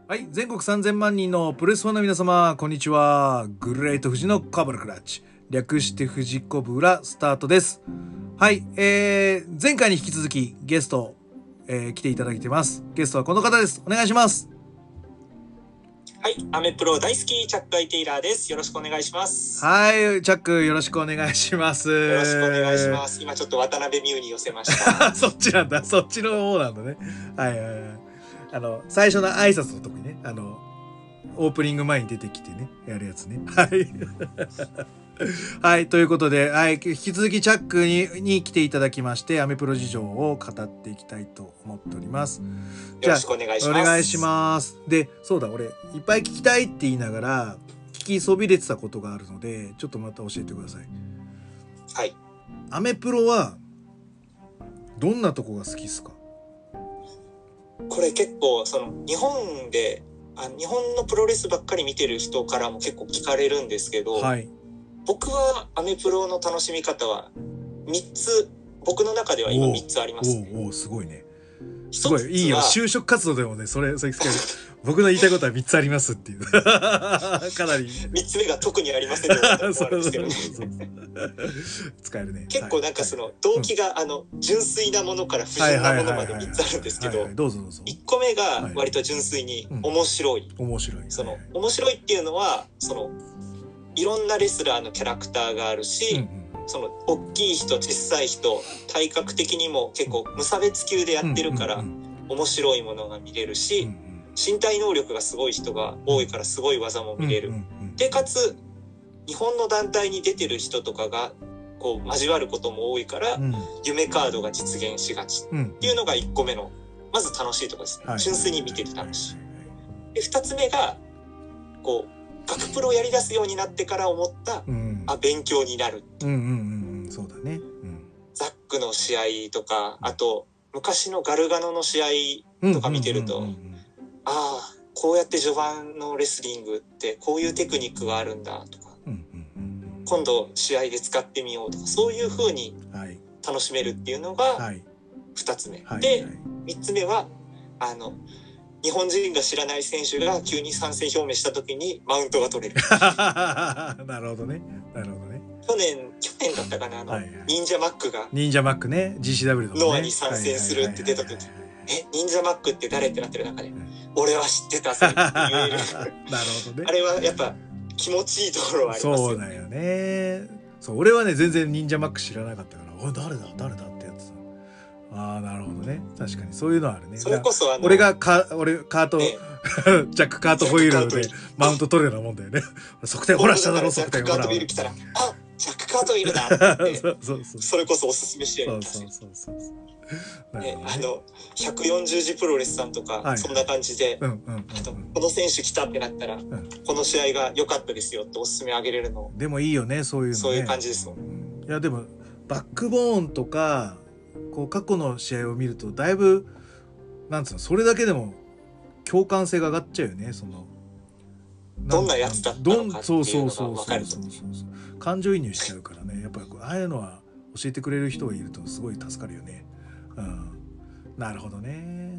はい、全国3000万人のプロレスファンの皆様、こんにちは。グレート富士のコブラクラッチ。略して富士コブラスタートです。はい、前回に引き続きゲスト、来ていただいてます。ゲストはこの方です。お願いします。 はい、アメプロ大好きチャックアイテイラーです。よろしくお願いします。 はい、チャックよろしくお願いします。 よろしくお願いします。今ちょっと渡辺美優に寄せました。 そっちなんだ。そっちの方なんだね。はいはいはい。最初の挨拶のとこにね、オープニング前に出てきてね、やるやつね。はい。はい。ということで、はい。引き続きチャックに来ていただきまして、アメプロ事情を語っていきたいと思っております。 よろしくお願いします。 お願いします。で、そうだ、俺、いっぱい聞きたいって言いながら、聞きそびれてたことがあるので、ちょっとまた教えてください。 はい。 アメプロは、どんなとこが好きですか？ これ結構、日本で、日本のプロレスばっかり見てる人からも結構聞かれるんですけど、 はい。 僕はアメプロの楽しみ方は3つ、僕の中では今3つありますね。 お、すごいね。すごい、いいよ。就職活動でもね、それ使える。僕の言いたいことは3つありますっていう。かなり。 3つ目が特にありませんで終わるんですけどね。 使えるね。 結構なんか動機が純粋なものから不純なものまで3つあるんですけど、 どうぞどうぞ。 1個目が割と純粋に面白い。 面白い。 面白いっていうのは、いろんなレスラーのキャラクターがあるし、大きい人、小さい人、体格的にも結構無差別級でやってるから、面白いものが見れるし、身体能力がすごい人が多いからすごい技も見れる。で、かつ、日本の団体に出てる人とかが、こう、交わることも多いから、夢カードが実現しがちっていうのが1個目の、まず楽しいところですね。純粋に見てて楽しい。で、2つ目が、こう、学プロやり出すようになってから思った、勉強になる。 そうだね。 ザックの試合とか、あと、昔のガルガノの試合とか見てると、こうやって序盤のレスリングってこういうテクニックがあるんだとか、今度試合で使ってみようとか、そういう風に楽しめるっていうのが2つ目。で、3つ目は、日本人が知らない選手が急に参戦表明した時にマウントが取れる。 なるほどね。 去年だったかな、忍者マックが。 忍者マックね、GCW のね。 ノアに参戦するって出た時、忍者マックって誰ってなってる中で、俺は知ってたぜって言える。なるほどね。あれはやっぱ気持ちいいところはありますよね。 そうだよね。そう、俺はね、全然忍者マック知らなかったから、おい、誰だってやつさ。なるほどね。確かにそういうのはあるね。 それこそ俺カート、ジャックカートホイールでマウント取るようなもんだよね。側転ほらしただろ、側転ほら。 ジャックカートビル来たら、ジャックカートいるなって。 そうそれこそおすすめ試合だったし。140字プロレスさんとか、そんな感じで、この選手来たってなったら、この試合が良かったですよっておすすめあげれるの。 でもいいよね、そういうのね。 そういう感じですもん。 いや、でも、バックボーンとか、こう過去の試合を見るとだいぶなんつうの、それだけでも共感性が上がっちゃうよね。 どんなやつだったのかっていうのが分かると、 感情移入しちゃうからね。やっぱりああいうのは教えてくれる人がいるとすごい助かるよね。なるほどね。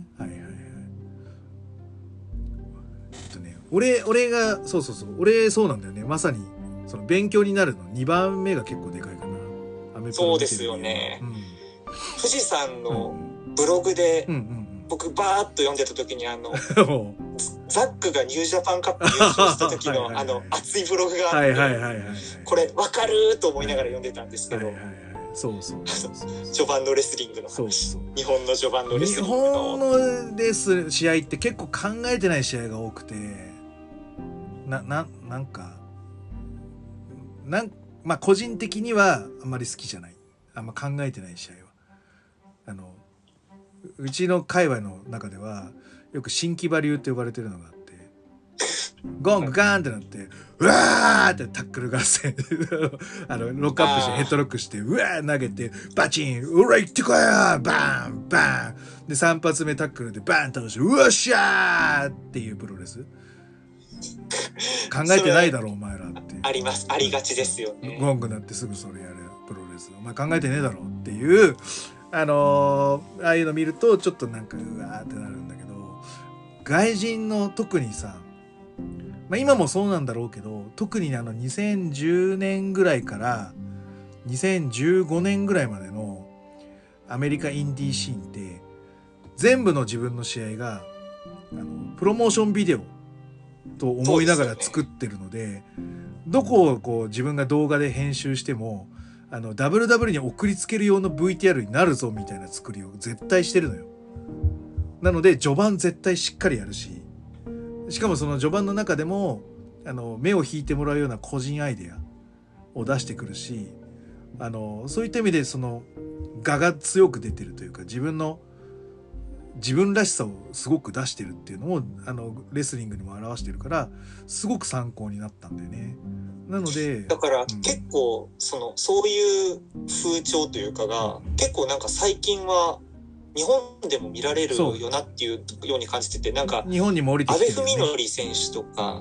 俺が俺そうなんだよね。まさに勉強になるの2番目が結構でかいかな。 そうですよね。富士山のブログで僕バーッと読んでた時にザックがニュージャパンカップ優勝した時の熱いブログがあって、これ分かると思いながら読んでたんですけど、序盤のレスリングの話、日本の序盤のレスリングの日本のレス試合って結構考えてない試合が多くて、なんかまあ個人的にはあんまり好きじゃない。あんま考えてない試合は。うちの界隈の中ではよく新木場流って呼ばれてるのがあって、ゴングガーンってなってうわーってタックル合戦ロックアップしてヘッドロックしてうわー投げてバチンうら行ってこいよバーンバーンで3発目タックルでバーン倒してうわっしゃーっていうプロレス考えてないだろお前らっていう。 ありがちですよね。 ゴングなってすぐそれやるプロレスお前考えてねえだろっていうああいうの見るとちょっとなんかうわーってなるんだけど、 外人の特にさ、まあ、今もそうなんだろうけど、特に2010年ぐらいから2015年ぐらいまでのアメリカインディーシーンって全部の自分の試合がプロモーションビデオと思いながら作ってるので、どこをこう自分が動画で編集してもWW に送りつける用の VTR になるぞみたいな作りを絶対してるのよ。なので序盤絶対しっかりやるし、しかもその序盤の中でも目を引いてもらうような個人アイデアを出してくるし、そういった意味でその我が強く出てるというか、自分らしさをすごく出してるっていうのをレスリングにも表してるから、すごく参考になったんだよね。なのでだから結構そういう風潮というかが結構なんか最近は日本でも見られるよなっていうように感じてて、なんか日本にも降りてきてるよね。 阿部文則選手とか、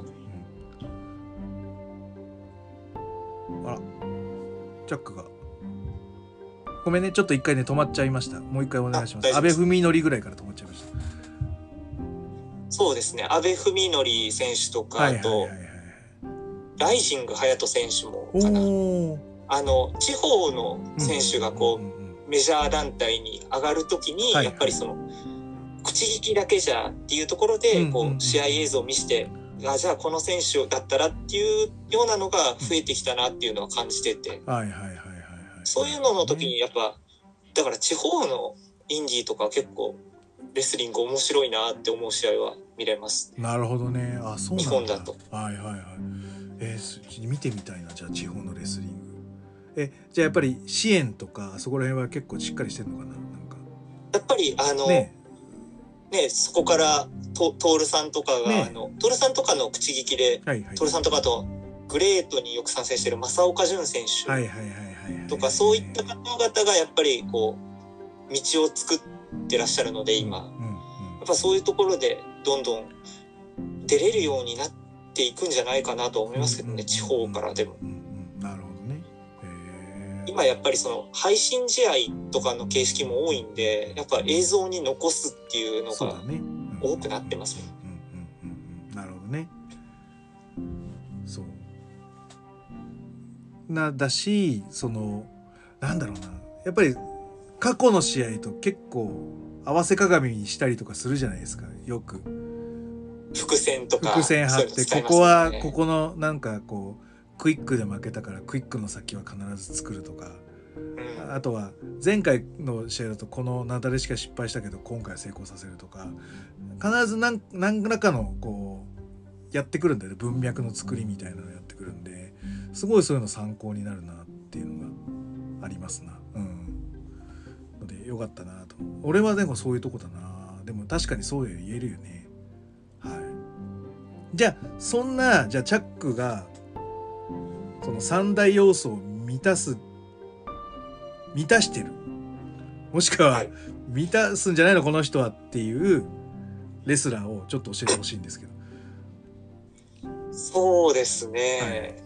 あらチャックがごめんね、ちょっと一回ね止まっちゃいました。もう一回お願いします。阿部文則ぐらいから止まっちゃいました。 そうですね、阿部文則選手とか、あとライジング隼人選手もかな。地方の選手がこう、メジャー団体に上がるときに、やっぱり口利きだけじゃっていうところでこう試合映像を見せて、じゃあこの選手だったらっていうようなのが増えてきたなっていうのは感じてて、そういうのの時にやっぱだから地方のインディーとか結構レスリング面白いなって思う試合は見れます。 なるほどね。あ、そうなんだ。 日本だと。 見てみたいな、じゃあ地方のレスリング。じゃあやっぱり支援とかそこら辺は結構しっかりしてるのかな。なんかやっぱりそこからトールさんとかが、トールさんとかの口利きで、トールさんとかとグレートによく参戦してる正岡潤選手とか、そういった方々がやっぱりこう道を作ってらっしゃるので今、やっぱそういうところでどんどん出れるようになっていくんじゃないかなと思いますけどね、地方からでも。 なるほどね。 今やっぱり配信試合とかの形式も多いんで、やっぱ映像に残すっていうのが多くなってますね。 なるほどね。そうだし、なんだろうな、やっぱり過去の試合と結構合わせ鏡にしたりとかするじゃないですか、よく。 伏線とか伏線張って、ここはここのなんかこうクイックで負けたからクイックの先は必ず作るとか、あとは前回の試合だとこのナダルしか失敗したけど今回は成功させるとか、必ず何らかのこうやってくるんだよね、文脈の作りみたいなのやってくるんで、すごいそういうの参考になるなっていうのがありますな。のでよかったなと。俺はでもそういうとこだな。でも確かにそう言えるよね。じゃあそんなチャックがその三大要素を満たしてる、もしくは満たすんじゃないのこの人はっていうレスラーをちょっと教えてほしいんですけど。 そうですね、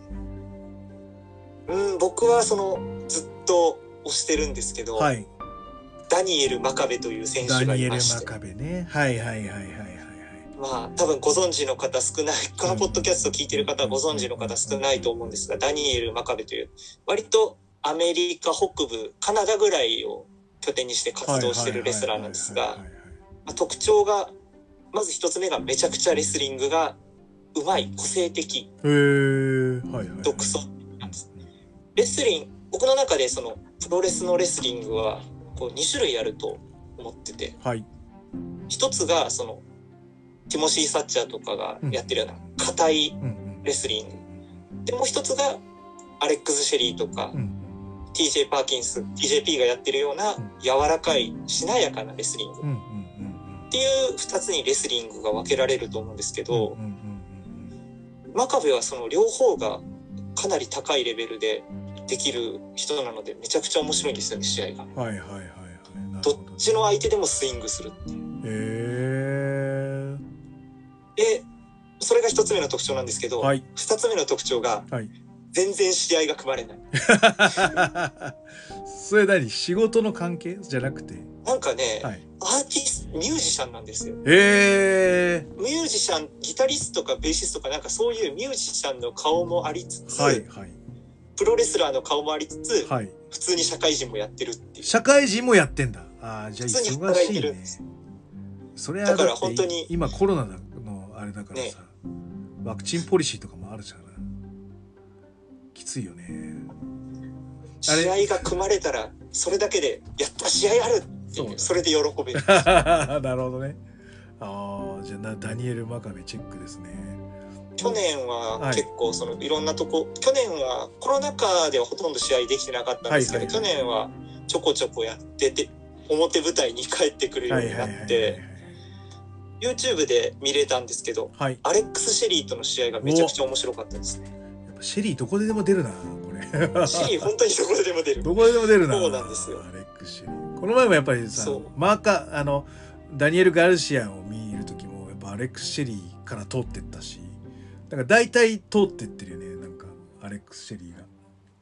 僕はずっと推してるんですけど、ダニエル・真壁という選手がいまして。 ダニエル・真壁ね。 まあ多分ご存知の方少ない、このポッドキャスト聞いてる方はご存知の方少ないと思うんですが、ダニエル・真壁という割とアメリカ北部カナダぐらいを拠点にして活動してるレスラーなんですが、特徴がまず一つ目がめちゃくちゃレスリングがうまい、個性的、独創なんです。レスリング、僕の中でプロレスのレスリングはこう2種類あると思ってて、一つがティモシー・サッチャーとかがやってるような硬いレスリング、でもう一つがアレックス・シェリーとか、TJ パーキンス TJP がやってるような柔らかいしなやかなレスリングっていう2つにレスリングが分けられると思うんですけど、真壁はその両方がかなり高いレベルでできる人なのでめちゃくちゃ面白いんですよね、試合が。どっちの相手でもスイングするっていう。でそれが一つ目の特徴なんですけど、二つ目の特徴が、全然試合が組まれない。 それ何、仕事の関係じゃなくて？ なんかね、 はい、 アーティスト、ミュージシャンなんですよ。ミュージシャン、ギタリストとかベーシストとかなんかそういうミュージシャンの顔もありつつ、 はいはい、 プロレスラーの顔もありつつ、 はい、 普通に社会人もやってるっていう。 社会人もやってんだ。ああ、じゃあ普通に忙働いしいね。 てるんです。 それはだから本当に今コロナのあれだからさ、ね、ワクチンポリシーとかもあるじゃん。きついよね。 試合が組まれたらそれだけでやった試合あるっていう、それで喜べる。 なるほどね。ああ、じゃあダニエル・真壁チェックですね。 去年は結構そのいろんなとこ、去年はコロナ禍ではほとんど試合できてなかったんですけど、去年はちょこちょこやってて表舞台に帰ってくるようになって、YouTube で見れたんですけど、はい、アレックス・シェリーとの試合がめちゃくちゃ面白かったですね。 やっぱシェリーどこでも出るな、これ。 シェリー本当にどこでも出る。 どこでも出るな。 そうなんですよ。 アレックス・シェリー。この前もやっぱりさ、マーカー、ダニエル・ガルシアを見る時も、やっぱアレックス・シェリーから通ってったし、だから大体通ってってるよね、なんか、アレックス・シェリーが。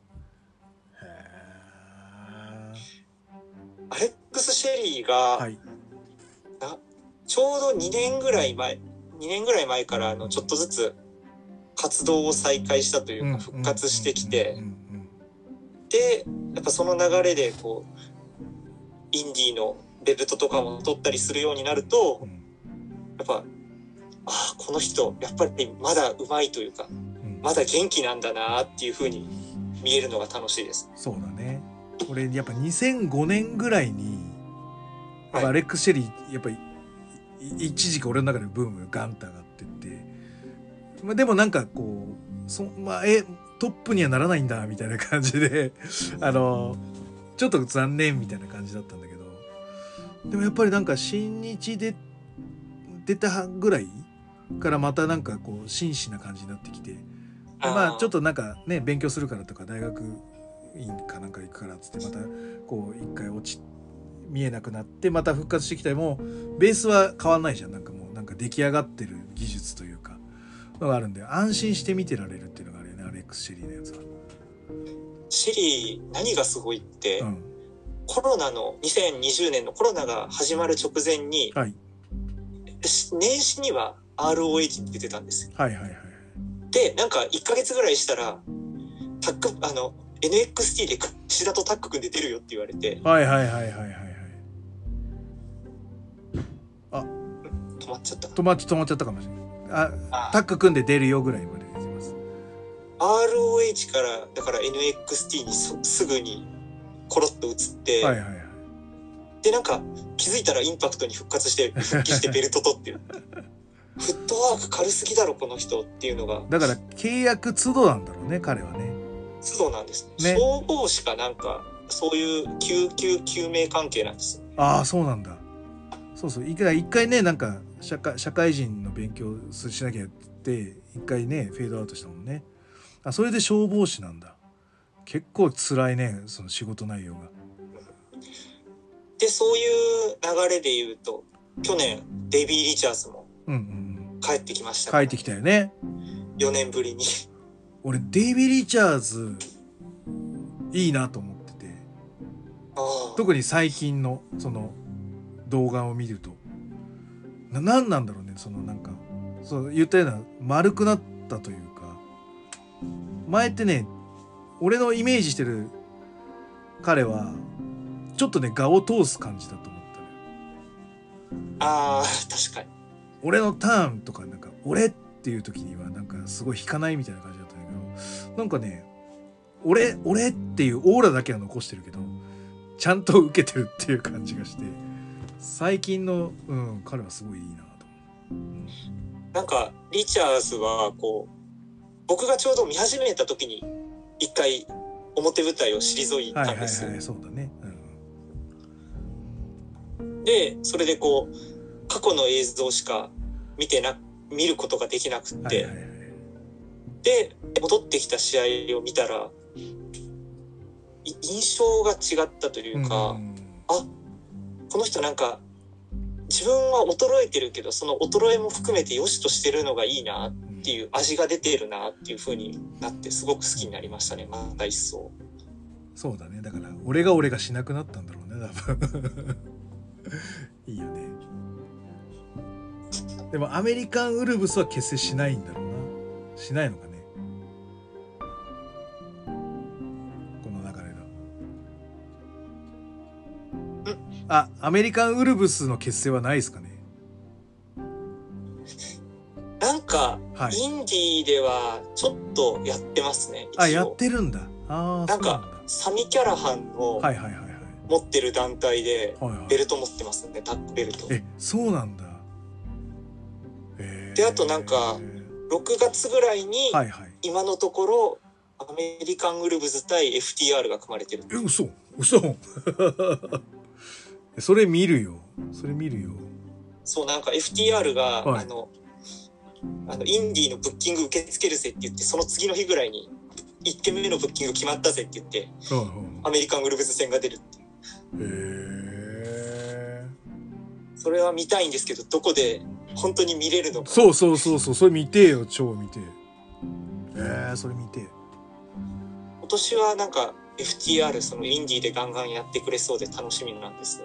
アレックス・シェリーが、はい、ちょうど2年ぐらい前からちょっとずつ活動を再開したというか復活してきて、でやっぱその流れでこうインディーのベルトとかも取ったりするようになると、やっぱこの人やっぱりまだうまいというか、まだ元気なんだなっていう風に見えるのが楽しいです。 そうだね。俺やっぱ2005年ぐらいにやっぱアレックス・シェリーやっぱり一時期俺の中でブームがガンと上がってって、まあ、でもなんかこうトップにはならないんだみたいな感じでちょっと残念みたいな感じだったんだけど、でもやっぱりなんか新日で出たぐらいからまたなんかこう真摯な感じになってきて、まあちょっとなんかね勉強するからとか大学院かなんか行くからっつってまたこう一回見えなくなってまた復活してきたりもベースは変わんないじゃん。なんかもうなんか出来上がってる技術というかのがあるんで安心して見てられるっていうのがあるよね、アレックス・シェリーのやつは。 シェリー何がすごいって、コロナの2020年のコロナが始まる直前に、はい、年始には ROH に出てたんですよ。はいはいはい。でなんか1ヶ月ぐらいしたらNXT で串田とタッグ組んで出るよって言われて、はいはいはいはいはいはい。止まっちゃった。止まっちゃったかもしれない。タッグ組んで出るよぐらいまで出てます。ROH からだから NXT にすぐにコロッと移って、はいはいはい。でなんか気づいたらインパクトに復帰してベルト取ってる。フットワーク軽すぎだろこの人っていうのが。だから契約都度なんだろうね、彼はね。都度なんですね。消防士かなんかそういう救命関係なんですよ。ああそうなんだ。そうそう、一回ねなんか社会人の勉強しなきゃって一回ねフェードアウトしたもんね。それで消防士なんだ。結構辛いね、その仕事内容が。でそういう流れで言うと去年デイビー・リチャーズも帰ってきました、帰ってきたよね、4年ぶりに。俺デイビー・リチャーズいいなと思ってて、特に最近のその動画を見ると何なんだろうね、そのなんかそう言ったような丸くなったというか、前ってね俺のイメージしてる彼はちょっとね我を通す感じだと思ったね。確かに俺のターンとかなんか俺っていう時にはなんかすごい引かないみたいな感じだったんだけど、なんかね俺っていうオーラだけは残してるけどちゃんと受けてるっていう感じがして、最近の、彼はすごいいいなと思う。なんかリチャーズはこう僕がちょうど見始めた時に一回表舞台を退いたんですよ。そうだね。でそれでこう過去の映像しか見ることができなくって、で戻ってきた試合を見たら印象が違ったというか、この人なんか自分は衰えてるけどその衰えも含めて良しとしてるのがいいなっていう、味が出てるなっていう風になってすごく好きになりましたね、また一層。そうだね、だから俺がしなくなったんだろうね多分。 いいよね。でもアメリカンウルブスは結成しないんだろうな。しないのかね、この流れだ。アメリカンウルブスの結成はないですかね。 なんか、 はい、 インディーではちょっとやってますね。一応やってるんだ。 なんかサミ・キャラハンの持ってる団体でベルト持ってますね、タッグベルト。 そうなんだ。 であとなんか6月ぐらいに今のところアメリカンウルブズ対 FTR が組まれてる。 嘘それ見るよ。そう、 なんか FTR が、インディーのブッキング受け付けるぜって言って、その次の日ぐらいに1件目のブッキング決まったぜって言って、アメリカンウルブズ戦が出るっていう。それは見たいんですけど、どこで本当に見れるのか。 そうそれ見てよ、超見て。それ見て。 今年はなんか FTR そのインディーでガンガンやってくれそうで楽しみなんですよ。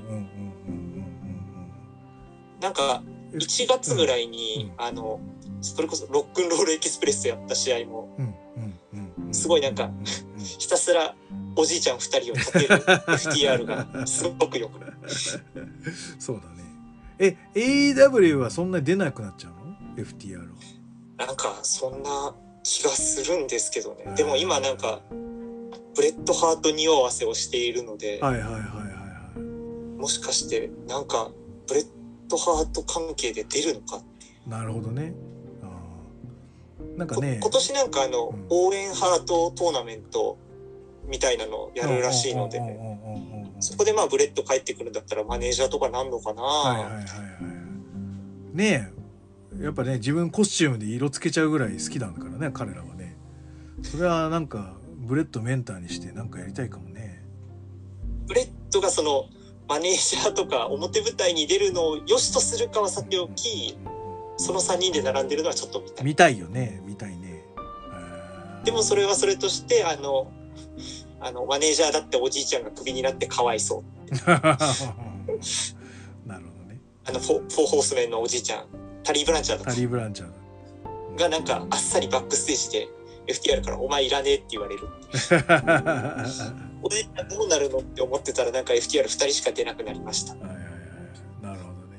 なんか1月ぐらいに、それこそロックンロールエキスプレスやった試合も、すごいなんかひたすらおじいちゃん2人を立てる FTR がすごくよくそうだね。AEW はそんなに出なくなっちゃうの FTR は。 なんかそんな気がするんですけどね。でも今なんかブレッドハート匂わせをしているので、もしかしてなんかブレッドハート関係で出るのかっていう。 なるほどね。なんかね、 今年なんか応援ハートトーナメントみたいなのをやるらしいので、そこでまあブレッド帰ってくるんだったらマネージャーとかなんのかな。 ねえ、やっぱね、自分コスチュームで色つけちゃうぐらい好きなんだからね、彼らはね。それはなんかブレッドメンターにしてなんかやりたいかもね。 ブレッドがそのマネージャーとか表舞台に出るのを良しとするかはさておき、その3人で並んでるのはちょっと見たいよね。見たいね。 でもそれはそれとしてマネージャーだっておじいちゃんがクビになってかわいそうなるほどね。 フォーホースメンのおじいちゃんタリー・ブランチャーがなんかあっさりバックステージで FTR からお前いらねえって言われるおじいちゃんどうなるのって思ってたらなんか FTR2 人しか出なくなりました。 なるほどね。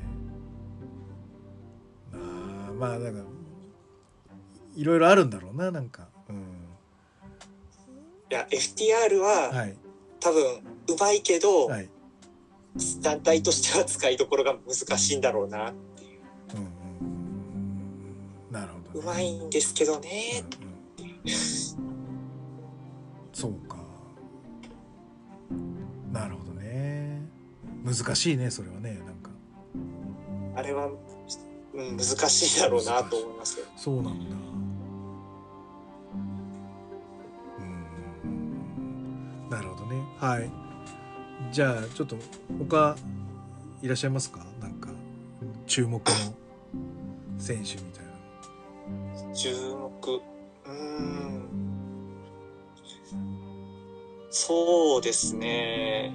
まあなんかいろいろあるんだろうな、なんか。 いや FTR は、多分うまいけど、団体としては使いどころが難しいんだろうなっていう。 なるほど、 うまいんですけどね。 そうか。なるほどね。難しいね、それはね、なんか。 あれは、難しいだろうなと思いますよ。 そうなんだ。なるほどね。はい。じゃあちょっと他いらっしゃいますか？なんか注目の選手みたいな。 注目。そうですね。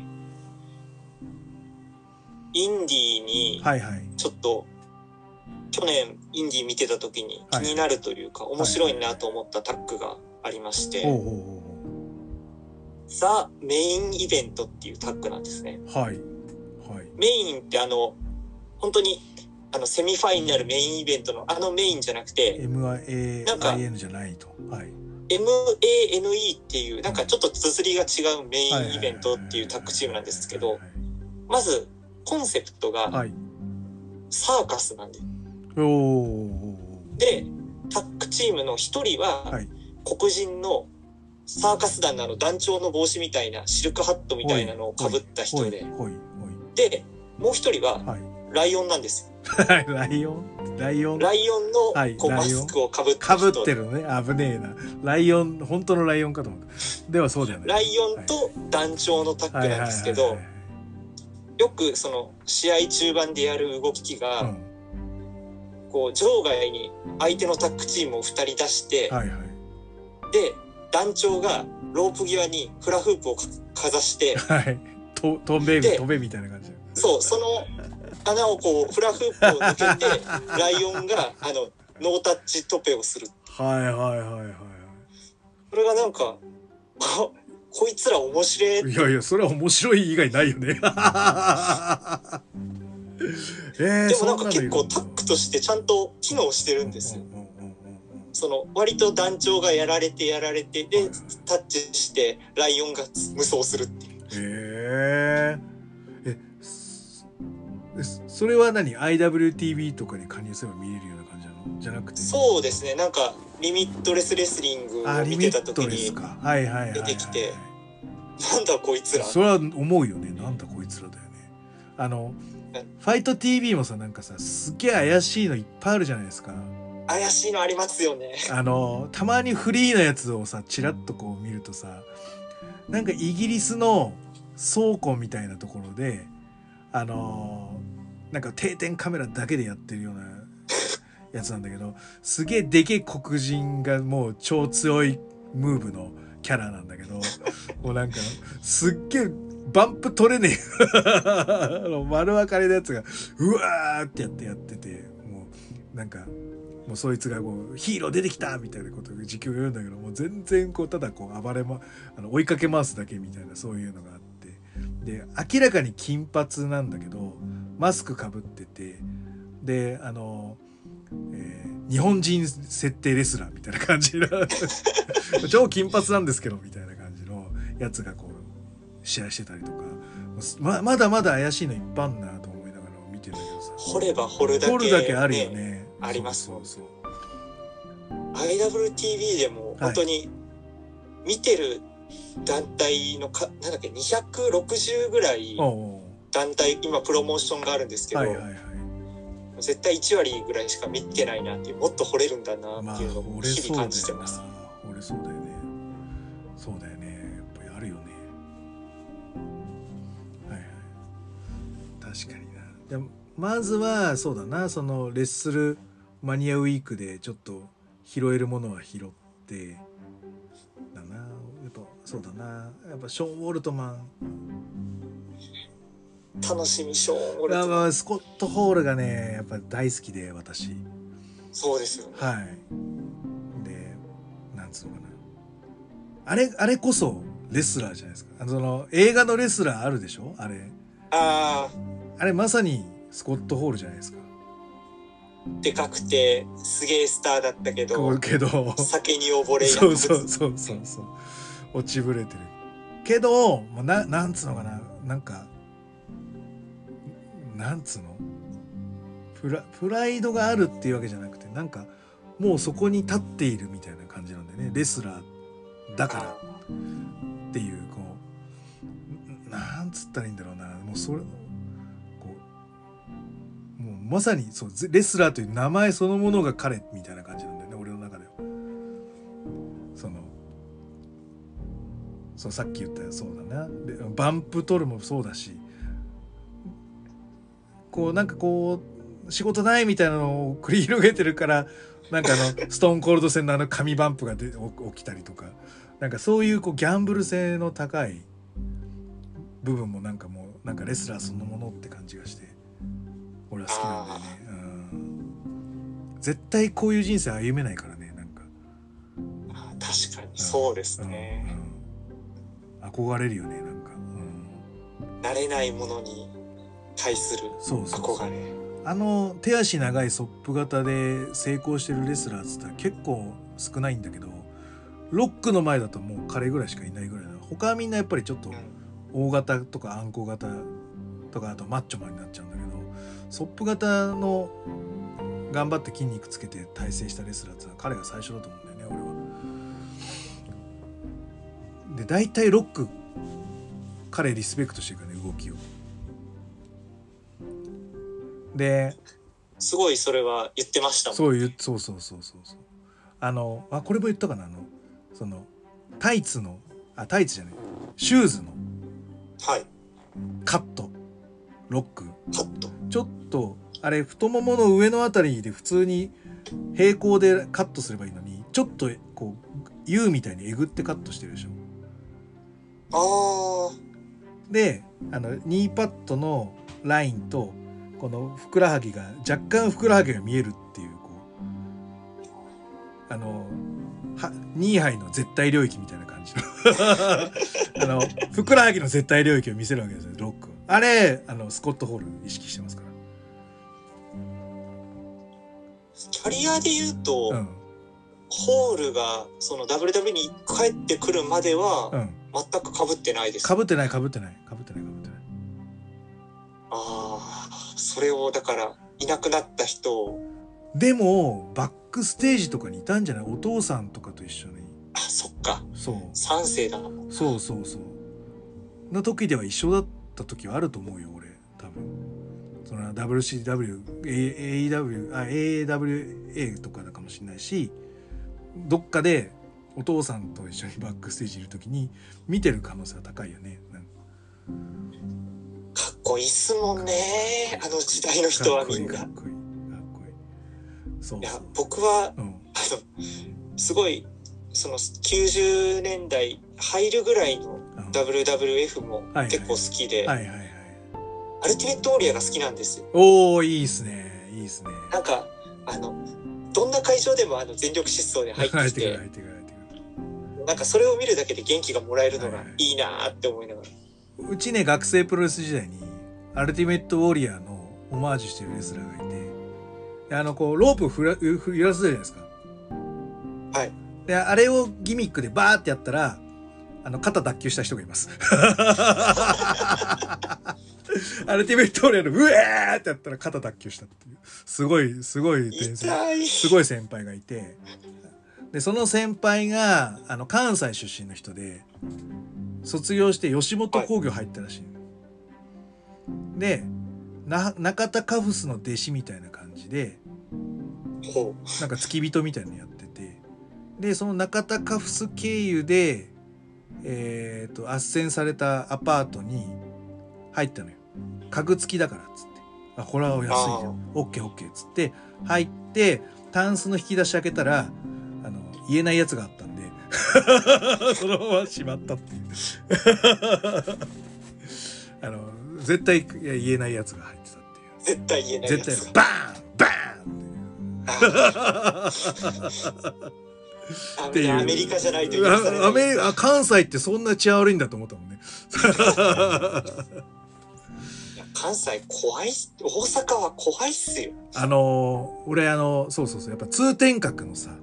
インディーにちょっと去年インディー見てた時に気になるというか面白いなと思ったタッグがありまして。ザ・メインイベントっていうタッグなんですね。メインって本当にセミファイナルメインイベントのメインじゃなくて MAIN じゃないと、 MANE っていうなんかちょっと綴りが違うメインイベントっていうタッグチームなんですけど、まずコンセプトがサーカスなんで、でタッグチームの一人は黒人のサーカス団の団長の帽子みたいなシルクハットみたいなのをかぶった人で、でもう一人はライオンなんですよ。 ライオンのこうマスクをかぶった人。 かぶってるのね。危ねえな。ライオン、本当のライオンかと思った。ではそうじゃない。 ライオンと団長のタッグなんですけど、よくその試合中盤でやる動きが、こう場外に相手のタッグチームを2人出して、で団長がロープ際にフラフープをかざして、 飛べみたいな感じ。 そう、その穴をこうフラフープを抜けてライオンがノータッチトペをする。 はいはいはいはい。 これがなんかこいつら面白い。 いやいや、それは面白い以外ないよね。 でもなんか結構タックとしてちゃんと機能してるんですよ。その割と団長がやられてでタッチしてライオンが無双するっていう。 それは何 IWTV とかに加入すれば見れるような感じなのじゃなくて。 そうですね、なんかリミットレスレスリングを見てた時に出てきて、なんだこいつら。 それは思うよね、なんだこいつらだよね。ファイト TV もさ、なんかさ、すっげえ怪しいのいっぱいあるじゃないですか。 怪しいのありますよね。 たまにフリーのやつをさ、チラッとこう見るとさ、なんかイギリスの倉庫みたいなところで、なんか定点カメラだけでやってるようなやつなんだけど、すげえでけえ黒人がもう超強いムーブのキャラなんだけど、もうなんかすっげえバンプ取れねえ丸分かりのやつがうわーってやってて、もうなんかもうそいつがこうヒーロー出てきたみたいなことを実況が言うんだけど、もう全然こうただこう暴れ追いかけ回すだけみたいな、そういうのがあって、で明らかに金髪なんだけどマスクかぶってて、で日本人設定レスラーみたいな感じの超金髪なんですけどみたいな感じのやつがこう試合してたりとか、まだまだ怪しいのいっぱいあんなと思いながら見てるんだけどさ、 掘れば掘るだけ、 掘るだけあるよね。 あります。 そうそう。 IWTV でも本当に見てる団体のなんだっけ、260ぐらい団体今プロモーションがあるんですけど、絶対1割ぐらいしか見てないなっていう、もっと掘れるんだなっていうのを日々感じてます。 俺そうだよね。そうだよね。やっぱりあるよね。はいはい。確かにな。でまずはそうだな、そのレッスルマニアウィークでちょっと拾えるものは拾ってだな。やっぱそうだな。やっぱショーン・ウォルトマン。 楽しみ、ショーン・ウォルトマン。 スコット・ホールがねやっぱ大好きで、私。 そうですよね。 はい。で、なんつうのかな。あれこそレスラーじゃないですか。その映画のレスラーあるでしょ、あれ。あれまさにスコット・ホールじゃないですか。 でかくてすげえスターだったけど酒に溺れ、 そう落ちぶれてるけど、なんつうのかな、なんかなんつうの、プライドがあるっていうわけじゃなくて、なんかもうそこに立っているみたいな感じなんだよね、レスラーだからっていう、こうなんつったらいいんだろうな、もうそれこうもうまさにそうレスラーという名前そのものが彼みたいな感じなんだよね、俺の中では。そうさっき言ったよ、そうだな、バンプ取るもそうだし、こうなんかこう仕事ないみたいなのを繰り広げてるから、なんかストーンコールド戦の紙バンプが起きたりとか、なんかそういうこうギャンブル性の高い部分もなんかもうなんかレスラーそのものって感じがして俺は好きなんだよね。絶対こういう人生歩めないからね、なんか。 確かにそうですね。 憧れるよね、なんか。 慣れないものに対する憧れ。 手足長いソップ型で成功してるレスラーっつったら結構少ないんだけど、ロックの前だともう彼ぐらいしかいないぐらいだ。他はみんなやっぱりちょっと大型とかあんこ型とか、あとマッチョマンになっちゃうんだけど、ソップ型の頑張って筋肉つけて大成したレスラーってのは彼が最初だと思うんだよね、俺は。で大体ロック彼リスペクトしてるからね、動きを。 ですごいそれは言ってましたもん。 そうこれも言ったかな、そのタイツじゃないシューズのカット、ロックカット、 ちょっとあれ太ももの上のあたりで普通に平行でカットすればいいのに、ちょっとこう U みたいにえぐってカットしてるでしょ。でニーパッドのラインとこのふくらはぎが若干ふくらはぎが見えるっていう、こうニーハイの絶対領域みたいな感じのふくらはぎの絶対領域を見せるわけですよ、ロック。あれスコット・ホール意識してますから。 キャリアで言うと、ホールがその WW に帰ってくるまでは全く被ってないです。 被ってない。 ああ、それをだからいなくなった人。 でもバックステージとかにいたんじゃない？お父さんとかと一緒に。 あ、そっか。 そう。 3世だもん。 そうの時では一緒だった時はあると思うよ、俺多分。その WCW、AWA とかだかもしれないし、どっかでお父さんと一緒にバックステージいる時に見てる可能性は高いよね。 かっこいいっすもんね、あの時代の人はみんな。かっこいい。そう。いや、僕は、すごいその90年代入るぐらいの WWF も結構好きで、アルティメットウォリアーが好きなんですよ。 おー、いいっすね。 なんかどんな会場でも全力疾走で入ってきて、なんかそれを見るだけで元気がもらえるのがいいなって思いながら。 うちね、学生プロレス時代にアルティメットウォリアーのオマージュしてるレスラーがいて、こうロープを揺らすじゃないですか。 はい。 で、あれをギミックでバーってやったら肩脱臼した人がいます。アルティメットウォリアーのうえーってやったら肩脱臼したっていう、すごい天才、すごい先輩がいて、でその先輩が関西出身の人で、卒業して吉本興業入ったらしい、で中田カフスの弟子みたいな感じで、なんか付き人みたいなのやってて、でその中田カフス経由で斡旋されたアパートに入ったのよ。家具付きだからっつって、あ、これは安いじゃん、オッケーっつって入って、タンスの引き出し開けたら言えないやつがあったんでそのまましまったっていう絶対言えないやつが入ってたっていう。 絶対言えないやつ。 絶対バーンっていう。アメリカじゃないと許されない。 関西ってそんな血悪いんだと思ったもんね。 関西怖い、大阪は怖いっすよ。 俺そうやっぱ通天閣のさ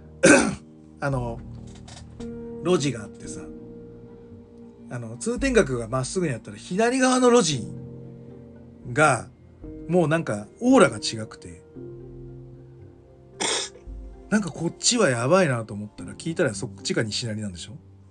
路地があってさ、通天閣がまっすぐにあったら左側の路地がもうなんかオーラが違くて、なんかこっちはやばいなと思ったら、聞いたらそっちが西成なんでしょ。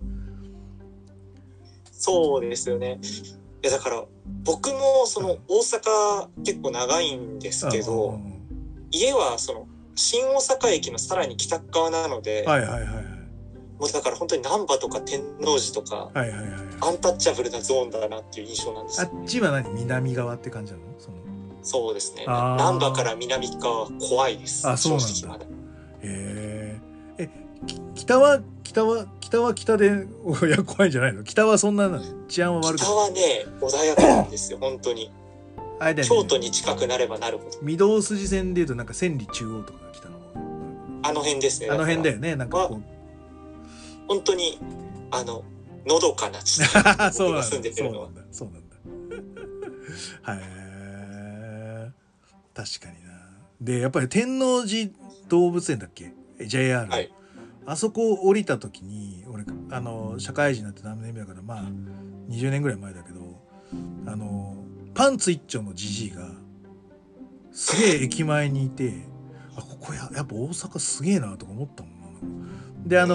そうですよね。いやだから僕もその大阪結構長いんですけど、家はその新大阪駅のさらに北側なので、もうだから本当に難波とか天王寺とか、アンタッチャブルなゾーンだなっていう印象なんですよ。 あっちは何、南側って感じなの？ そうですね。難波から南側は怖いです。 あ、そうなんだ。北は北でいや怖いんじゃないの？北はそんな治安は悪くない？ 北はね穏やかなんですよ本当に。あれだよね、京都に近くなればなるほど。 御堂筋線でいうとなんか千里中央とか北の方、 あの辺ですね。 あの辺だよね。なんかこう本当にのどかな地帯僕が住んでるのは。 そうなんだ。はい。確かにな。でやっぱり天王寺動物園だっけ？ JR、はい、あそこ降りた時に俺社会人になって何年目だからまあ20年ぐらい前だけど、パンツ一丁のジジイがすげえ駅前にいてあ、ここやっぱ大阪すげえなとか思ったもんな。で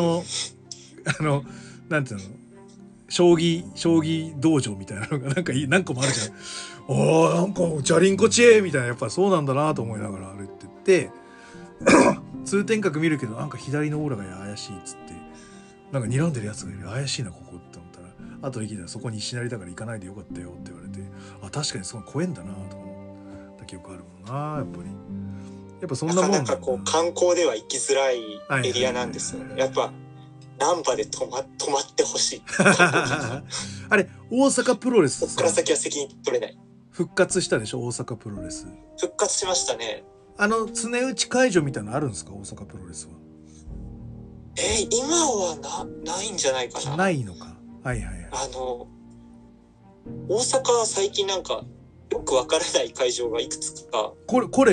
なんていうの、将棋道場みたいなのがなんか何個もあるじゃん。ああ、なんかじゃりんこちえみたいな、やっぱそうなんだなと思いながら歩いてって通天閣見るけどなんか左のオーラが怪しいっつって、なんか睨んでるやつがいる、怪しいなここって思ったら、後で聞いたらそこに西成だから行かないでよかったよって言われて、あ、確かにすごい怖えんだなと思った記憶あるもんな。やっぱりやっぱそんなもんなんかこう観光では行きづらいエリアなんですよね。やっぱ難波で止まってほしい。 あれ大阪プロレス、 こっから先は責任取れない。 復活したでしょ、大阪プロレス。 復活しましたね。 常打ち会場みたいなのあるんですか、大阪プロレスは。 今はないんじゃないかな。 ないのか。はいはいはい。 大阪は最近なんかよくわからない会場がいくつか。 これ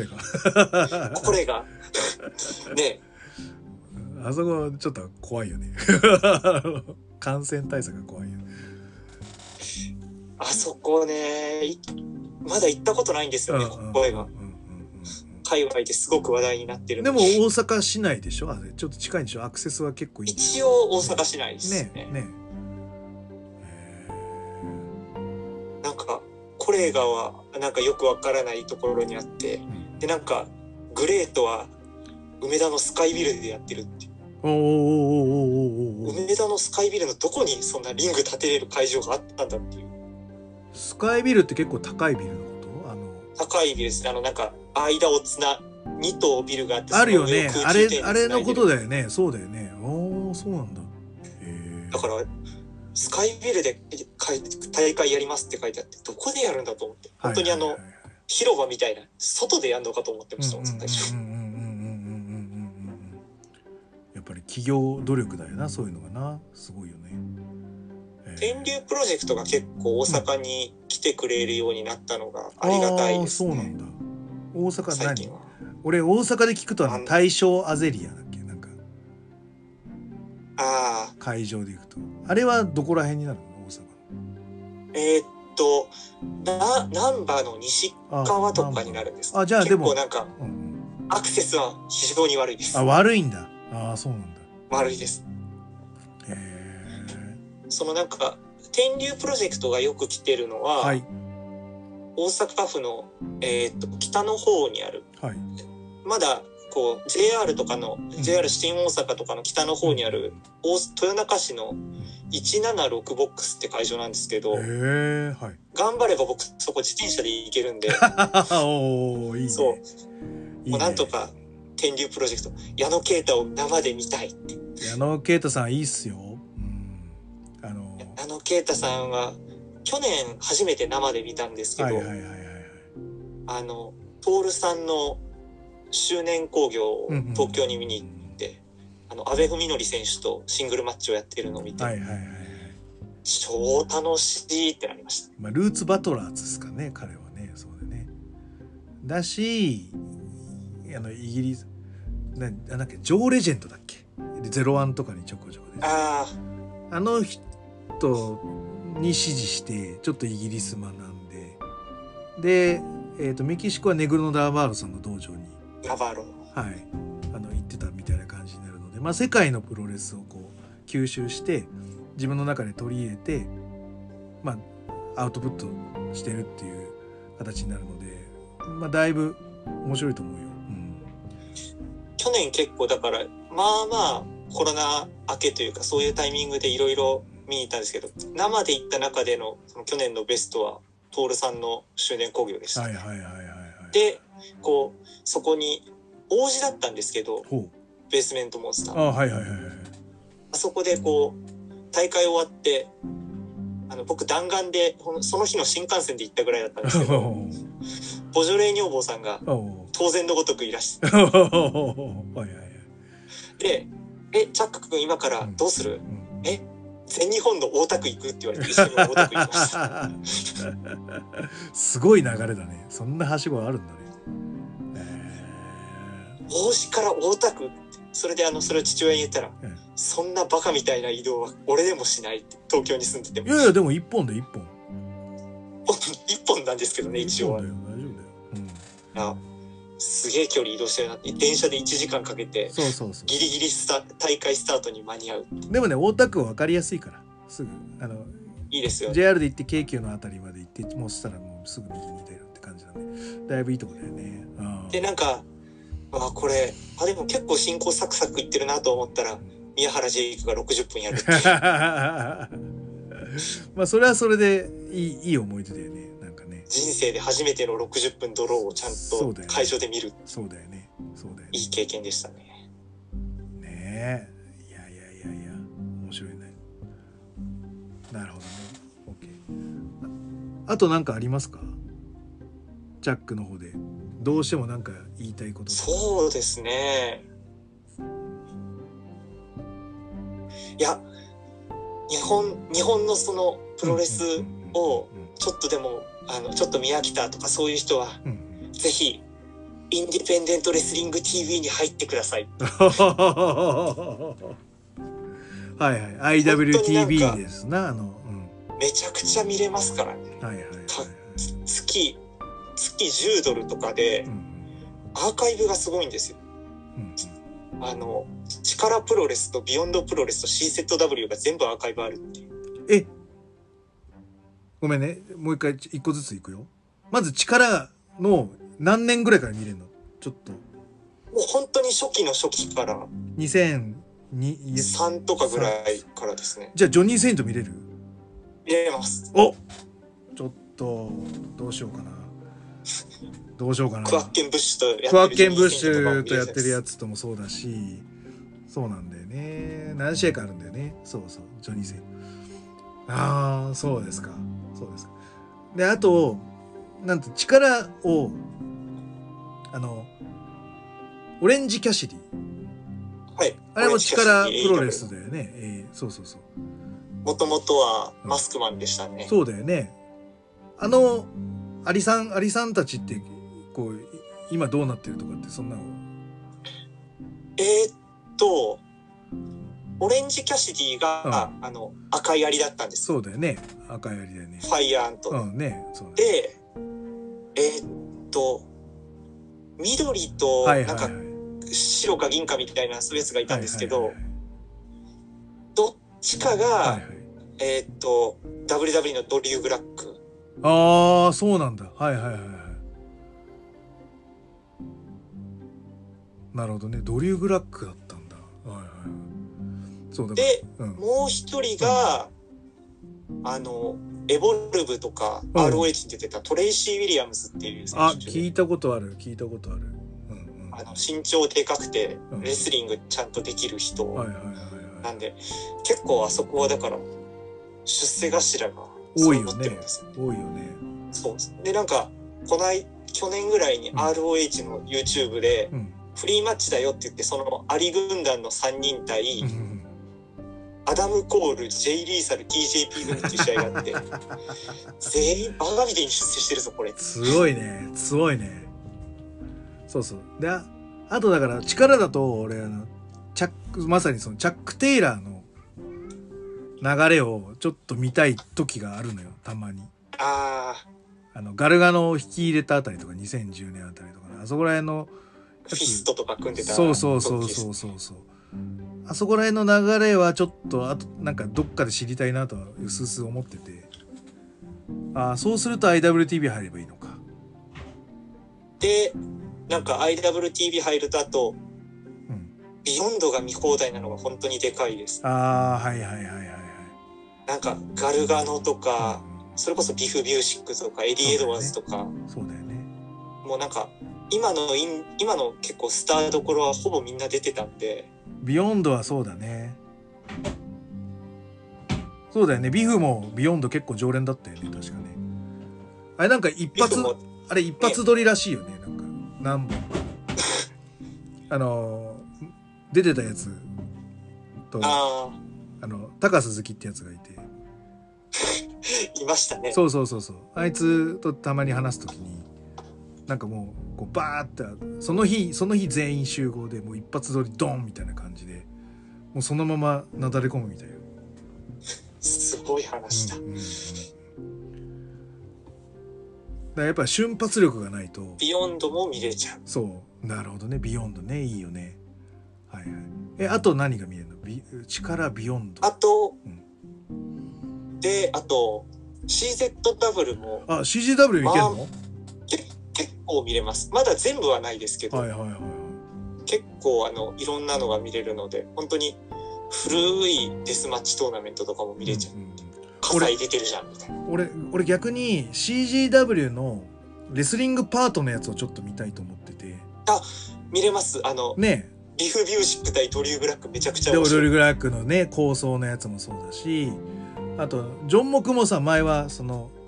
がね。 あそこちょっと怖いよね。感染対策が怖いよね。 あそこね、まだ行ったことないんですよね、声が。界隈ですごく話題になってる。 でも大阪市内でしょ、あれちょっと近いんでしょ、アクセスは結構いい。 一応大阪市内ですね。 ね。 なんかコレガはなんかよくわからないところにあって、でなんかグレートは梅田のスカイビルでやってるっていう。梅田のスカイビルのどこにそんなリング立てれる会場があったんだっていう。 スカイビルって結構高いビルのこと？ 高いビルですね。なんか間を2棟ビルがあって、 あるよね。あれのことだよね。そうだよね。そうなんだ。 だからスカイビルで大会やりますって書いてあって、どこでやるんだと思って、本当に広場みたいな外でやるのかと思ってましたもん、最初。 やっぱり企業努力だよな、そういうのがな。すごいよね。 天竜プロジェクトが結構大阪に来てくれるようになったのがありがたいですね。 そうなんだ。大阪最近は。 俺大阪で聞くと大正アゼリアだっけ、なんか。会場で行くと。あれはどこら辺になるの、大阪？難波の西側とかになるんです。 じゃあでも結構なんか、アクセスは非常に悪いです。 悪いんだ。そうなんだ。 悪いです。そのなんか天竜プロジェクトがよく来てるのは、大阪府の、北の方にある、まだこう JR とかの、JR 新大阪とかの北の方にある豊中市の176ボックスって会場なんですけど、頑張れば僕そこ自転車で行けるんでいいね。 そうもうなんとか天竜プロジェクト矢野啓太を生で見たいって。 矢野啓太さんいいっすよ。 矢野啓太さんは去年初めて生で見たんですけど、徹さんの周年興行を東京に見に行って、阿部文則選手とシングルマッチをやってるのを見て、超楽しいってなりました。 ルーツバトラーズですかね、彼はね。そうでね。だし、イギリスなんだっけ、ジョーレジェンドだっけ、01とかにちょこちょこで、あの人に支持してちょっとイギリス学んで、メキシコはネグロのダーバーロさんの道場に行ってたみたいな感じになるので、世界のプロレスをこう吸収して自分の中で取り入れて、アウトプットしてるっていう形になるので、だいぶ面白いと思うよ。 去年結構だからコロナ明けというかそういうタイミングでいろいろ見に行ったんですけど、生で行った中でのその去年のベストは徹さんの周年興行でした。でこうそこに王子だったんですけど、ベースメントモンスター、あそこでこう大会終わって僕弾丸でその日の新幹線で行ったぐらいだったんですけどボジョレー女房さんが当然のごとくいらしてでチャック君今からどうする？全日本の大田区行くって言われて一緒に大田区行きましたすごい流れだね。そんなはしごあるんだね。 王子から大田区、それでそれを父親に言ったら、そんなバカみたいな移動は俺でもしないって。東京に住んでても。 いやでも一本で一本一本なんですけどね、一応は。 大丈夫だよ。 すげえ距離移動してるなって。電車で1時間かけてギリギリ大会スタートに間に合う。 でもね、大田区は分かりやすいから、すぐいいですよ、ね、 JR で行って京急のあたりまで行って、もうそしたらもうすぐ右に出るって感じなんで、だいぶいいとこだよね。 でなんかこれでも結構進行サクサクいってるなと思ったら、宮原ジェイクが60分やるってそれはそれでいい思い出だよね。なんかね、 人生で初めての60分ドローをちゃんと会場で見る。 そうだよね。 いい経験でしたね。 ねえ、いや面白いね。なるほどね。 OK。あと何かありますか？ チャックの方でどうしてもなんか言いたいこと。 そうですね。いや、日本のそのプロレスをちょっとでもちょっと見飽きたとかそういう人は、ぜひインディペンデントレスリング TV に入ってください。 はいはい、 IWTV ですな。 めちゃくちゃ見れますからね。 はいはい、 月10ドルとかで、アーカイブがすごいんですよ。力プロレスとビヨンドプロレスと CZW が全部アーカイブあるっていう。 ごめんね、もう一個ずついくよ。まず力の何年ぐらいから見れるの？ちょっともう本当に初期の初期から2003とかぐらいからですね。 じゃあジョニー・セイント見れる？ 見れます。 お、ちょっとどうしようかなクワッケンブッシュとやってるやつともそうだし、そうなんだよね。何試合かあるんだよね。そうそう、ジョニー・セイント。ああ、そうですか。で、あとなんと力をオレンジキャシディ、 はい、 あれも力プロレスだよね。そうもともとはマスクマンでしたね。 そうだよね。アリさんたちってこう今どうなってるとかってそんなの？ オレンジキャシディが、赤いアリだったんです。 そうだよね、赤いアリだよね。 ファイヤーアント、 ね、そうだね。で緑となんか白か銀かみたいなそういうやつがいたんですけど、どっちかが、WW のドリュー・グラック。 ああ、そうなんだ。なるほどね、ドリュー・グラックだったんだ。そうだ。 で、もう一人が、エボルブとか ROH に出てたトレイシー・ウィリアムズっていう選手で。 聞いたことある。 身長でかくてレスリングちゃんとできる人なんで、結構あそこはだから出世頭が多いよね。 そうで、なんか去年ぐらいに ROH の YouTube で、フリーマッチだよって言って、そのアリ軍団の3人対、アダム・コール、ジェイ・リーサル、TJP 組っていう試合があって全員バカみたいに出世してるぞこれ。 すごいね。そうで、あとだから力だと俺まさにそのチャック・テイラーの流れをちょっと見たい時があるのよ、たまに。ガルガノを引き入れたあたりとか2010年あたりとか、あそこら辺のフィストとか組んでた。 そうあそこら辺の流れはちょっとあとなんかどっかで知りたいなとはうすうす思ってて、そうすると IWTV 入ればいいのか。 で、なんか IWTV 入ると、あと、ビヨンドが見放題なのが本当にでかいです。なんかガルガノとか、それこそビフ・ビューシックとかエディ・エドワーズとか、 そうだよね。 もうなんか今の結構スターどころはほぼみんな出てたんで。 ビヨンドはそうだね。そうだよね。ビフもビヨンド結構常連だったよね、確かね。あれなんか一発撮りらしいよね。なんか何本出てたやつと高鈴木ってやつがいていましたね。 そうあいつとたまに話すときになんかもうこうバーってその日全員集合でもう一発撮りドンみたいな感じでもうそのままなだれ込むみたいな。 すごい話だ。 だからやっぱ瞬発力がないとビヨンドも見れちゃう。 そうなるほどね。ビヨンドね、いいよね。あと何が見えるの？力ビヨンド。あと CZW も CZW いけるの？結構見れます。まだ全部はないですけど、結構いろんなのが見れるので、本当に古いデスマッチトーナメントとかも見れちゃう。葛西出てるじゃんみたいな。 俺逆に CZW のレスリングパートのやつをちょっと見たいと思ってて。 見れます。 ね、 ビフ・ビューシック対ドリュー・グラックめちゃくちゃ面白い。 ドリュー・グラックのね構想のやつもそうだし、あとジョン・モクもさ、前はその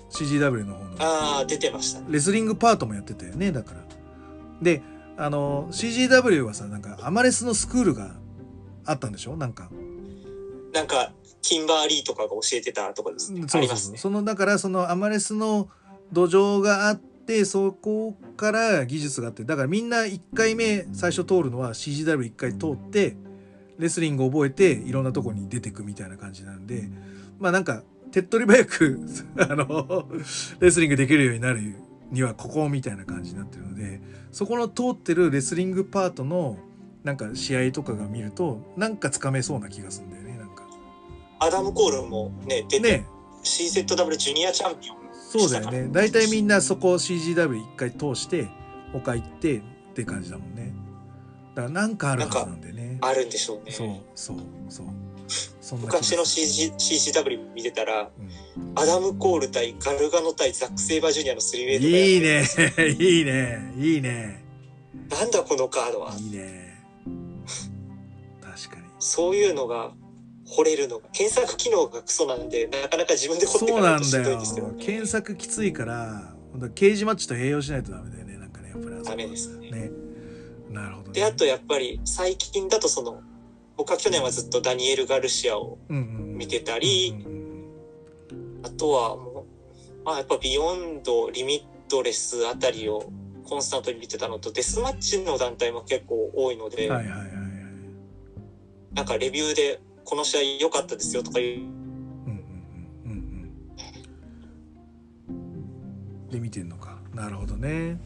CGW の方のああ、出てましたね。 レスリングパートもやってたよね。だからでCGW はさ、なんかアマレスのスクールがあったんでしょ。なんかキンバーリーとかが教えてたとこですね。 そうそうそう、そのだからそのアマレスの土壌があって、そこから技術があって、だからみんな1回目最初通るのは CGW1 回通ってレスリング覚えていろんなとこに出てくみたいな感じなんで、まあなんか手っ取り早くレスリングできるようになるにはここみたいな感じになってるので、そこの通ってるレスリングパートのなんか試合とかが見るとなんかつかめそうな気がするんだよね。なんかアダム・コールもね出て、 ね、 CZW ジュニアチャンピオンそうだよね。大体みんなそこ CGW1 回通して他行ってって感じだもんね。だからなんかあるはずなんでね。 あるんでしょうね。 そうそんな昔の CGW 見てたら、アダム・コール対ガルガノ対ザック・セイバージュニアのスリーウェイとかいいねいいねいいね。 なんだこのカードは。 いいね。確かに。 そういうのが掘れるのが、検索機能がクソなんで、なかなか自分で掘っていかないとしんどいですけど、ね、 検索きついから、ケージマッチと併用しないとダメだよね。なんかね、やっぱりダメですね。 なるほどね。 で、あとやっぱり最近だと僕は去年はずっとダニエル・ガルシアを見てたり、あとはもう、まあやっぱビヨンド、リミットレスあたりをコンスタントに見てたのと、デスマッチの団体も結構多いので、なんかレビューでこの試合良かったですよとかいう、 で見てんのか。なるほどね。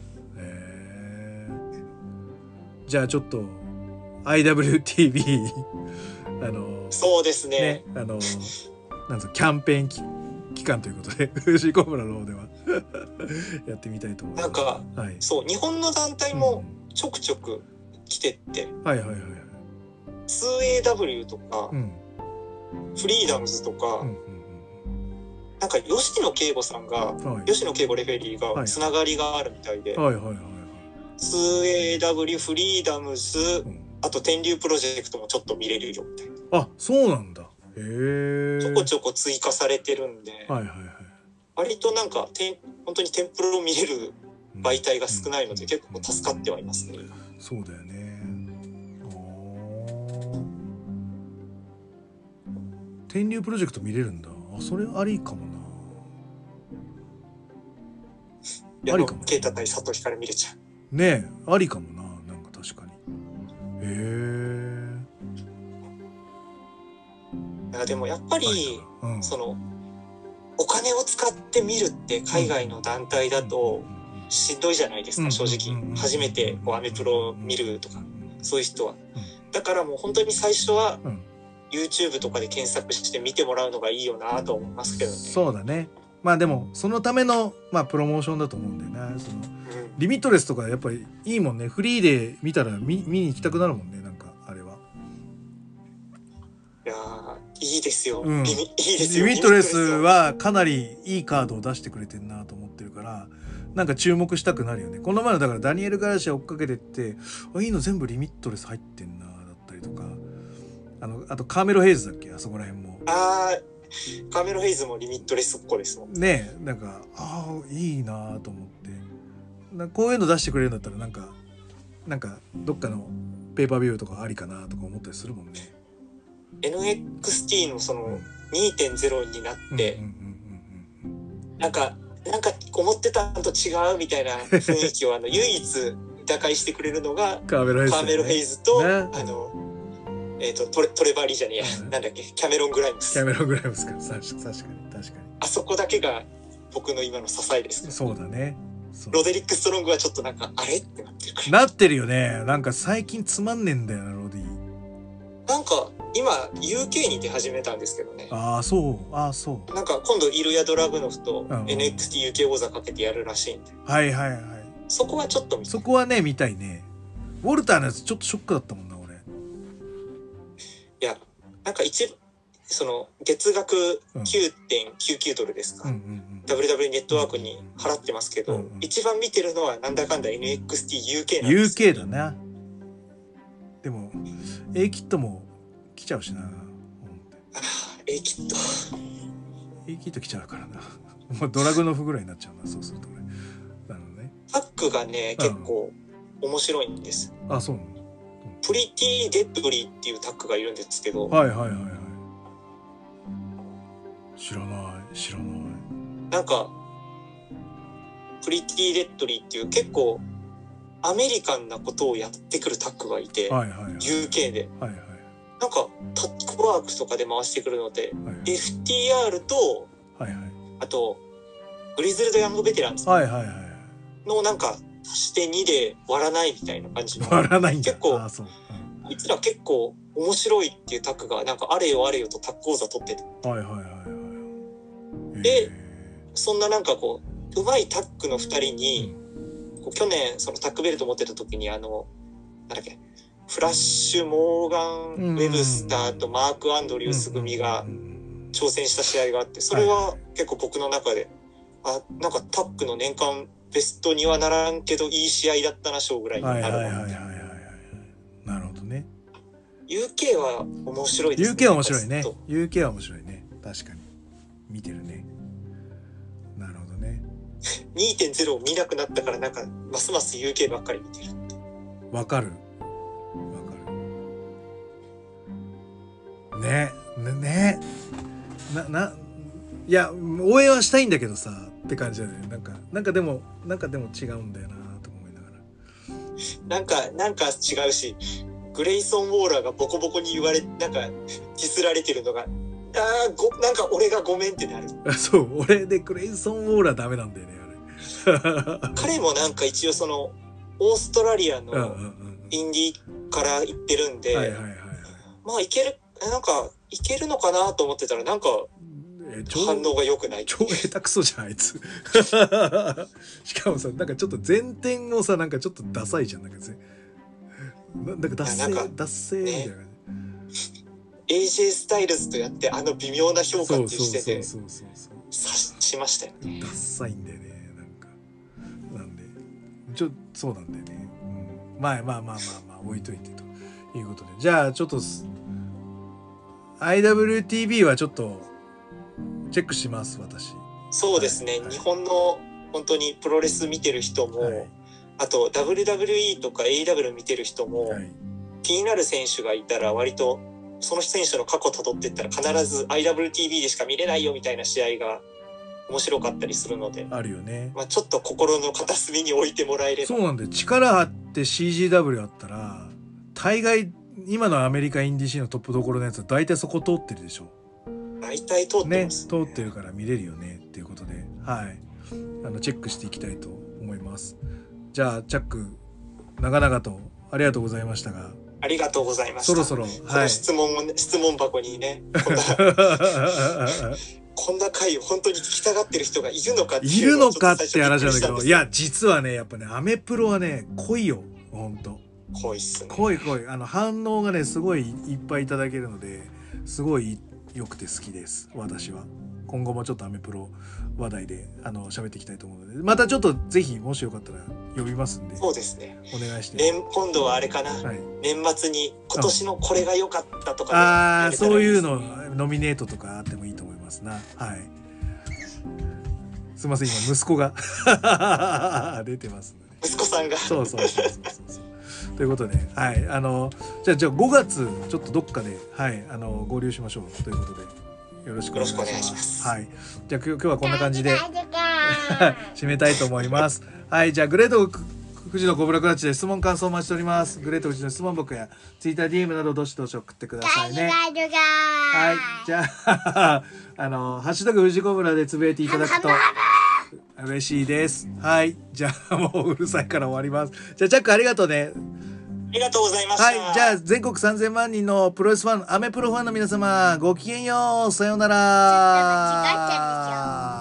じゃあちょっと IWTV そうですね。 なんぞキャンペーン期間ということで藤井小村の方ではやってみたいと思います。 なんか、 はい、 そう日本の団体もちょくちょく来てって、2AW とか、フリーダムズとか、なんか吉野圭吾さんが、吉野圭吾レフェリーがつながりがあるみたいで、2AW フリーダムズ、あと天竜プロジェクトもちょっと見れるよみたいな。 あ、そうなんだ。へえ。 ちょこちょこ追加されてるんで、割となんか本当にテンプロを見れる媒体が少ないので、結構助かってはいますね。 そうだよね。天竜プロジェクト見れるんだ。あ、それありかもな。 ありかも。ケイタ対佐藤光見れちゃう。ねえ、ありかもな。なんか確かに。へえ。でもやっぱり、お金を使って見るって海外の団体だとしんどいじゃないですか、正直。初めてアメプロ見るとか、そういう人は。だからもう本当に最初は、YouTube とかで検索して見てもらうのがいいよなと思いますけどね。 そうだね。まあでもそのためのプロモーションだと思うんだよな。リミットレスとかやっぱりいいもんね。フリーで見たら見に行きたくなるもんね。なんかあれは。 いやいいですよ。 いいですよ。リミットレスはかなりいいカードを出してくれてるなと思ってるから、なんか注目したくなるよね。この前のだからダニエル・ガラシア追っかけてって、いいの全部リミットレス入ってんなだったりとか。あとカーメロ・ヘイズだっけ、あそこら辺も。 カーメロ・ヘイズもリミットレスっ子ですもんね。なんかいいなと思って、こういうの出してくれるんだったらなんかどっかのペーパービューとかありかなとか思ったりするもんね。 NXT の2.0 になって、なんか思ってたのと違うみたいな雰囲気を唯一打開してくれるのがカーメロ・ヘイズと、トレバー・リーじゃねえや、なんだっけ、キャメロン・グライムス。 キャメロン・グライムスか。確かに。 あそこだけが僕の今の支えです。 そうだね。 ロデリック・ストロングはちょっとなんかあれってなってるから。 なってるよね。なんか最近つまんねえんだよな、ロディ。 なんか今 UK に出始めたんですけどね。 そう。 なんか今度イルヤ・ドラグノフと NXT UK 王座かけてやるらしいんで。そこはちょっと見たい。 そこはね見たいね。ウォルターのやつちょっとショックだったもんな、俺。 いや、なんか月額 9.99 ドルですか、WW ネットワークに払ってますけど、一番見てるのはなんだかんだ NXT UK なんですよ。 UK だな。でも A キットも来ちゃうしな。 A キット来ちゃうからな。 もうドラグノフぐらいになっちゃうな、そうするとね。なるほどね。 タッグがね、結構面白いんです。 あ、そうなの。 プリティ・デッドリーっていうタッグがいるんですけど、 はいはいはいはい。知らない知らない。 なんかプリティ・デッドリーっていう結構アメリカンなことをやってくるタッグがいて、 はいはいはい、 UK で、 はいはい、 なんかタッグワークとかで回してくるので、 はいはい、 FTR と、 はいはい、 あとグリズルド・ヤング・ベテランズのなんか足して2で割らないみたいな感じの、 割らないんだ。 結構あ、そう、 あいつら結構面白いっていうタッグがなんかあれよあれよとタッグ王座取ってて、 はいはいはいはい。 でそんななんかこう上手いタッグの2人に、こう去年そのタッグベルト持ってた時になんだっけ、フラッシュ・モーガン・ウェブスターとマーク・アンドリュース組が挑戦した試合があって、それは結構僕の中で、なんかタッグの年間ベストにはならんけどいい試合だったな賞ぐらいになる。 なるほどね。 UK は面白いですね。 UK は面白いね。UK は面白いね。確かに見てるね。なるほどね。 2.0 を見なくなったからなんかますます UK ばっかり見てる。 わかる。わかる。ね。いや応援はしたいんだけどさって感じだよね。なんかでも違うんだよなと思いながら。 なんか違うし、グレイソン・ウォーラーがボコボコに言われ、なんかディスられてるのが、なんか俺がごめんってなる。 そう、俺でグレイソン・ウォーラーダメなんだよねあれ。彼もなんか一応そのオーストラリアのインディから行ってるんで、まあいけるのかなと思ってたらなんか反応が良くない。 超下手くそじゃんあいつ。しかもさ、なんかちょっと前転もさ、なんかちょっとダサいじゃん、なんかダッセーみたいな感じ。 AJ スタイルズとやって微妙な評価ってしてて察しましたよね。 ダッサいんだよね。なんでそうなんだよね、まあ置いといてということで、じゃあちょっと IWTV はちょっとチェックします私。 そうですね、日本の本当にプロレス見てる人も、あと WWE とか AEW 見てる人も、気になる選手がいたら割とその選手の過去辿っていったら必ず IWTV でしか見れないよみたいな試合が面白かったりするので、 あるよね。 ちょっと心の片隅に置いてもらえれば。 そうなんだよ。力あって CGW あったら大概今のアメリカインディーシーのトップどころのやつは大体そこ通ってるでしょ。 大体通ってますね。通ってるから見れるよねっていうことで、チェックしていきたいと思います。じゃあチャック長々とありがとうございましたが。 ありがとうございました。 そろこの質問箱にね、こんな回を本当に聞きたがってる人がいるのかっていうのって話なんだけど、いや実はねやっぱねアメプロはね濃いよ、本当濃いっすね。 濃い反応がねすごいいっぱいいただけるのですごい良くて好きです。私は今後もちょっとアメプロ話題で喋っていきたいと思うので、またちょっとぜひもしよかったら呼びますんで。 そうですね、 お願いして。 今度はあれかな、年末に今年のこれが良かったとかで、 そういうのノミネートとかあってもいいと思いますな。すいません今息子が出てますので、 息子さんがそうということで、じゃあ5月ちょっとどっかで合流しましょうということでよろしくお願いします。じゃあ今日はこんな感じで締めたいと思います。じゃあグレート富士のコブラクラッチで質問感想をお待ちしております。グレート富士の質問僕や TwitterDM などどしどし送ってくださいね。じゃあハッシュタグ富士コブラでつぶやいていただくと嬉しいです。じゃあもううるさいから終わります。じゃあチャックありがとうね。 ありがとうございました。 じゃあ全国3000万人のプロレスファン、アメプロファンの皆様、ごきげんよう。さようなら。